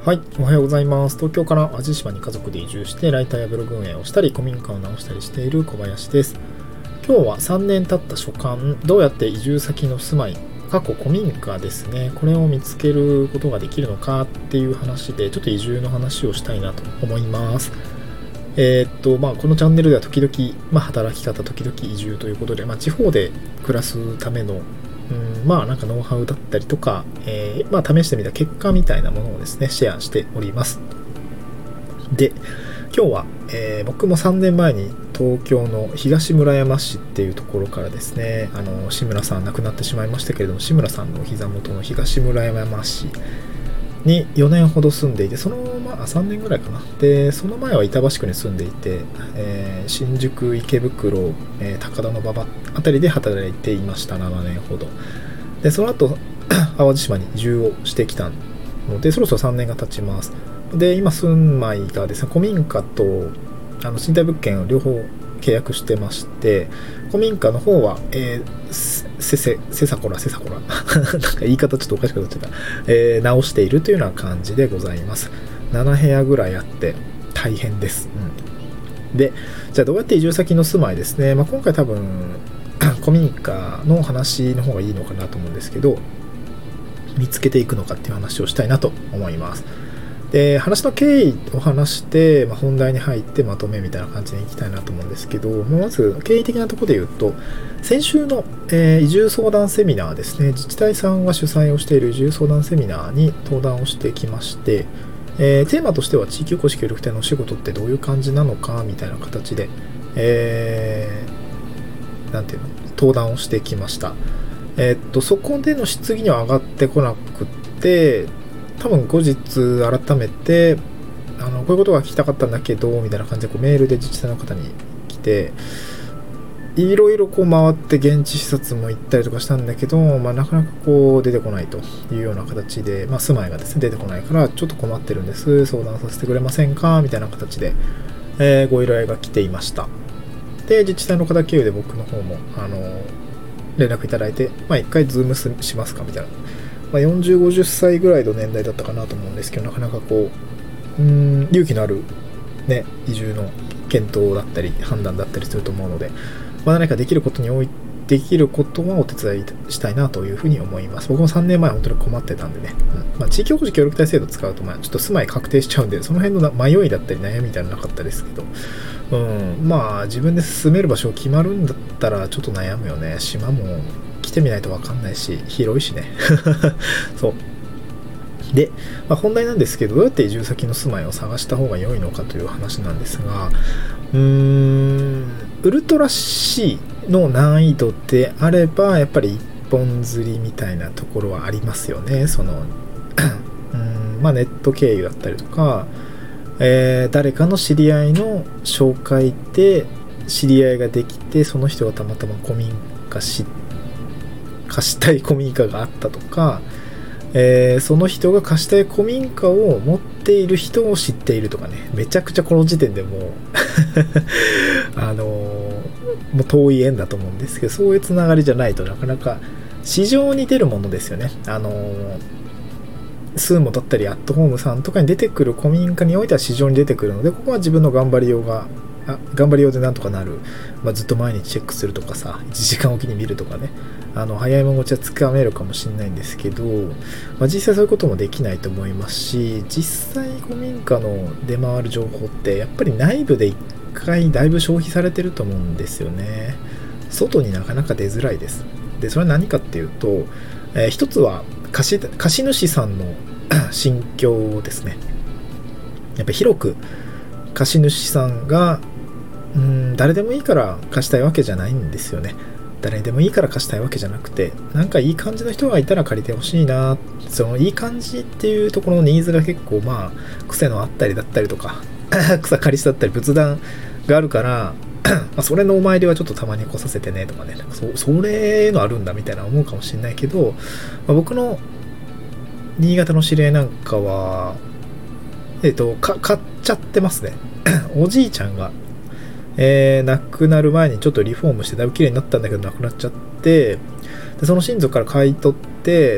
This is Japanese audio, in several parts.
はい、おはようございます。東京から淡路島に家族で移住してライターやブログ運営をしたり古民家を直したりしている小林です。今日は3年経った所感、どうやって移住先の住まい古民家ですね、これを見つけることができるのかっていう話で、ちょっと移住の話をしたいなと思います。このチャンネルでは時々、働き方時々移住ということで、地方で暮らすためのなんかノウハウだったりとか、試してみた結果みたいなものをですね、シェアしております。で、今日は、僕も3年前に東京の東村山市っていうところからですね、志村さん亡くなってしまいましたけれども、志村さんの膝元の東村山市に4年ほど住んでいて、3年ぐらいかな。で、その前は板橋区に住んでいて、新宿、池袋、高田馬場あたりで働いていました。7年ほど。で、その後、淡路島に移住をしてきたので、そろそろ3年が経ちます。で、今住まいがですね、古民家と賃貸物件を両方契約してまして、古民家の方は、せさこらなんか言い方ちょっとおかしくなっちゃった、直しているというような感じでございます。7部屋ぐらいあって大変です。で、じゃあどうやって移住先の住まいですね、今回多分古民家の話の方がいいのかなと思うんですけど、見つけていくのかっていう話をしたいなと思います。で、話の経緯を話して、本題に入ってまとめみたいな感じでいきたいなと思うんですけど、まず経緯的なところで言うと、先週の、移住相談セミナーですね、自治体さんが主催をしている移住相談セミナーに登壇をしてきまして、テーマとしては地域おこし協力隊のお仕事ってどういう感じなのかみたいな形で、登壇をしてきました。そこでの質疑には上がってこなくて、多分後日改めてこういうことが聞きたかったんだけどみたいな感じでメールで自治体の方に来て、いろいろ回って現地視察も行ったりとかしたんだけど、なかなか出てこないというような形で、住まいがですね出てこないからちょっと困ってるんです、相談させてくれませんかみたいな形で、ご依頼が来ていました。で、自治体の方経由で僕の方も連絡いただいて、一回ズームしますかみたいな、40、50歳ぐらいの年代だったかなと思うんですけど、なかなか勇気のあるね、移住の検討だったり判断だったりすると思うので、何かできることはお手伝いしたいなというふうに思います。僕も3年前本当に困ってたんでね、地域おこし協力隊制度使うとちょっと住まい確定しちゃうんで、その辺の迷いだったり悩みみたいなのなかったですけど、自分で住める場所決まるんだったらちょっと悩むよね。島も来てみないと分かんないし広いしねそうで、本題なんですけど、どうやって移住先の住まいを探した方が良いのかという話なんですが、ウルトラ C の難易度であればやっぱり一本釣りみたいなところはありますよね。ネット経由だったりとか、誰かの知り合いの紹介で知り合いができて、その人がたまたま貸したい古民家があったとか、その人が貸したい古民家を持っている人を知っているとかね、めちゃくちゃこの時点でもうもう遠い縁だと思うんですけど、そういうつながりじゃないとなかなか市場に出るものですよね。スーモだったりアットホームさんとかに出てくる古民家においては市場に出てくるので、ここは自分の頑張りようでなんとかなる、ずっと毎日チェックするとかさ、1時間おきに見るとかね、早いもん勝ちはつかめるかもしれないんですけど、実際そういうこともできないと思いますし、実際古民家の出回る情報ってやっぱり内部で1回だいぶ消費されてると思うんですよね。外になかなか出づらいです。で、それは何かっていうと、一つは貸主さんの心境ですね。やっぱ広く貸主さんが誰でもいいから貸したいわけじゃないんですよね。誰でもいいから貸したいわけじゃなくて、なんかいい感じの人がいたら借りてほしいな、そのいい感じっていうところのニーズが結構癖のあったりだったりとか草刈りだったり仏壇があるからそれのお参りはちょっとたまに来させてねとかね、それのあるんだみたいな思うかもしれないけど、僕の新潟の知り合いなんかは買っちゃってますねおじいちゃんが亡くなる前にちょっとリフォームしてだいぶ綺麗になったんだけど亡くなっちゃって、 でその親族から買い取って、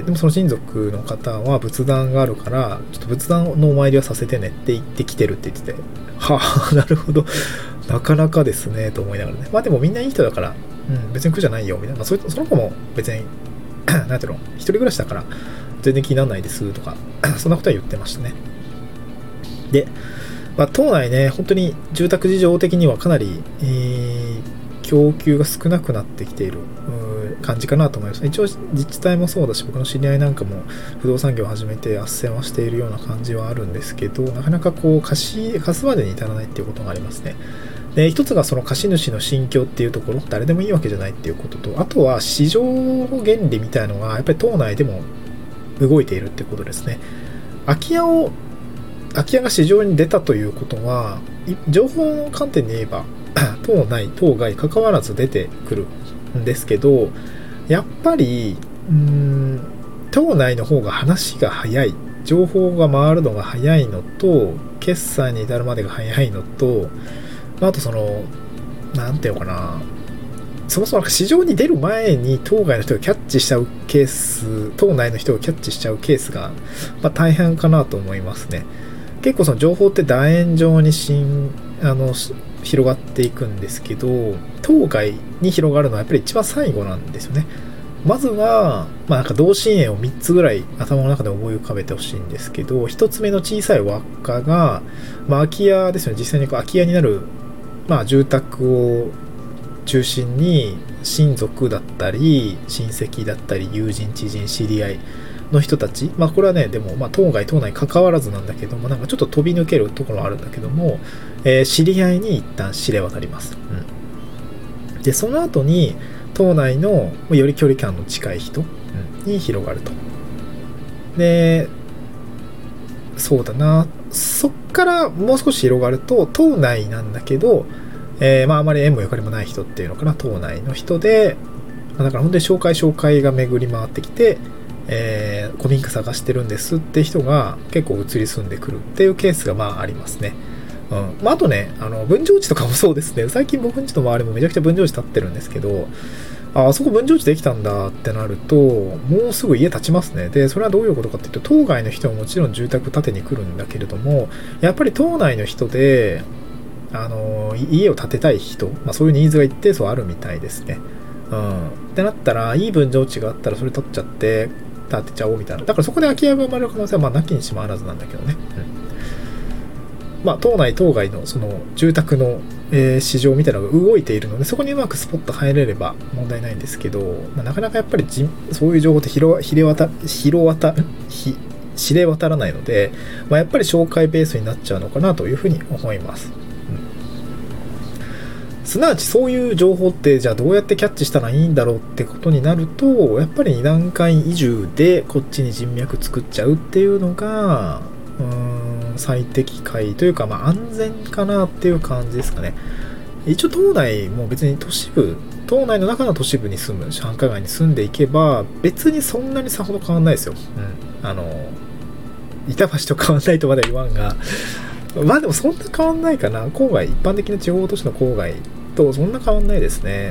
でもその親族の方は仏壇があるからちょっと仏壇のお参りはさせてねって言ってきてるって言ってて、はあなるほど、なかなかですねと思いながらね。まあでもみんないい人だから、別に苦じゃないよみたいな、まあ、その子も別になんていうの、一人暮らしだから全然気にならないですとかそんなことは言ってましたね。で、島内ね、本当に住宅事情的にはかなり、供給が少なくなってきている感じかなと思います。一応自治体もそうだし、僕の知り合いなんかも不動産業を始めて斡旋はしているような感じはあるんですけど、なかなかこう貸すまでに至らないっていうことがありますね。で、一つがその貸主の心境っていうところ、誰でもいいわけじゃないっていうことと、あとは市場の原理みたいのがやっぱり島内でも動いているっていうことですね。空き家が市場に出たということは、情報の観点で言えば島内島外関わらず出てくるんですけど、やっぱり島内の方が話が早い、情報が回るのが早いのと、決済に至るまでが早いのと、あとそのなんていうのかな、そもそも市場に出る前に島外の人がキャッチしちゃうケース、島内の人がキャッチしちゃうケースが、大変かなと思いますね。結構その情報って楕円状に広がっていくんですけど、島外に広がるのはやっぱり一番最後なんですよね。まずは、なんか同心円を3つぐらい頭の中で思い浮かべてほしいんですけど、1つ目の小さい輪っかが、空き家ですよね。実際に空き家になる、住宅を中心に親族だったり親戚だったり友人知人知り合いの人たち、これはね、でも島外島内関わらずなんだけども、なんかちょっと飛び抜けるところはあるんだけども、知り合いに一旦知れ渡ります。でその後に島内のより距離感の近い人、に広がると。でそうだな、そっからもう少し広がると島内なんだけど、あまり縁もゆかりもない人っていうのかな、島内の人で、だから本当に紹介が巡り回ってきて、古民家探してるんですって人が結構移り住んでくるっていうケースがありますね。あとね、分譲地とかもそうですね。最近僕ん家の周りもめちゃくちゃ分譲地建ってるんですけど、あそこ分譲地できたんだってなると、もうすぐ家建ちますね。で、それはどういうことかっていうと、島外の人はもちろん住宅建てに来るんだけれども、やっぱり島内の人で家を建てたい人、そういうニーズが一定数あるみたいですね。ってなったら、いい分譲地があったらそれ建てちゃおうみたいな。だからそこで空き家が生まれる可能性はなきにしもあらずなんだけどね。島内島外のその住宅の、市場みたいなのが動いているので、そこにうまくスポッと入れれば問題ないんですけど、なかなかやっぱりそういう情報って知れ渡らないので、やっぱり紹介ベースになっちゃうのかなというふうに思います。すなわちそういう情報ってじゃあどうやってキャッチしたらいいんだろうってことになると、やっぱり2段階移住でこっちに人脈作っちゃうっていうのが最適解というか、安全かなっていう感じですかね。一応島内も別に島内の中の都市部に住む、繁華街に住んでいけば別にそんなにさほど変わんないですよ。板橋と変わんないとまだ言わんが、でもそんな変わんないかな。郊外、一般的な地方都市の郊外とそんな変わんないですね。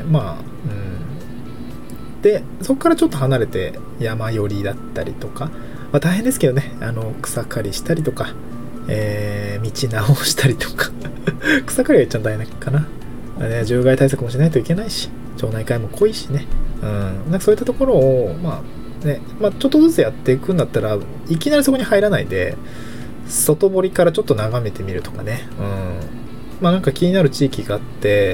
でそこからちょっと離れて山寄りだったりとか、大変ですけどね、草刈りしたりとか、道直したりとか草刈りは一番大変かな。獣害対策もしないといけないし、町内会も濃いしね。なんかそういったところをちょっとずつやっていくんだったら、いきなりそこに入らないで外堀からちょっと眺めてみるとかね。なんか気になる地域があって、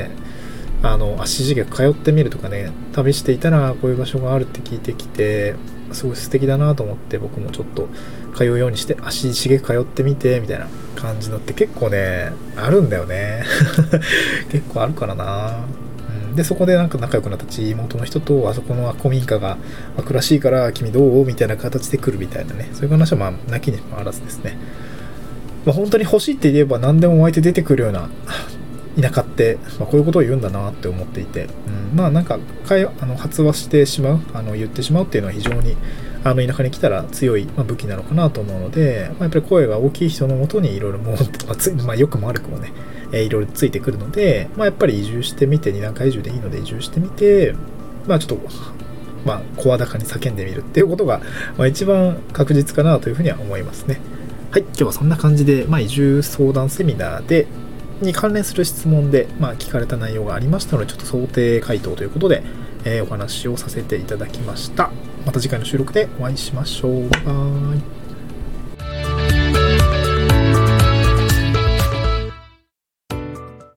足しげく通ってみるとかね。旅していたらこういう場所があるって聞いてきて、すごい素敵だなと思って、僕もちょっと通うようにして足しげく通ってみてみたいな感じのって結構ねあるんだよね結構あるからな。でそこでなんか仲良くなった地元の人と、あそこの古民家が暮らしいから君どうみたいな形で来るみたいなね、そういう話はなきにしもあらずですね。本当に欲しいって言えば何でも湧いて出てくるような田舎って、こういうことを言うんだなって思っていて、なんか発話してしまう、言ってしまうっていうのは非常に田舎に来たら強い、武器なのかなと思うので、やっぱり声が大きい人のもとにいろいろもう、よくも悪くもね、いろいろついてくるので、やっぱり移住してみて、2段階移住でいいので移住してみて、ちょっと声高に叫んでみるっていうことが、一番確実かなというふうには思いますね。はい、今日はそんな感じで、移住相談セミナーに関連する質問で、聞かれた内容がありましたので、ちょっと想定回答ということで、お話をさせていただきました。また次回の収録でお会いしましょう。バイ。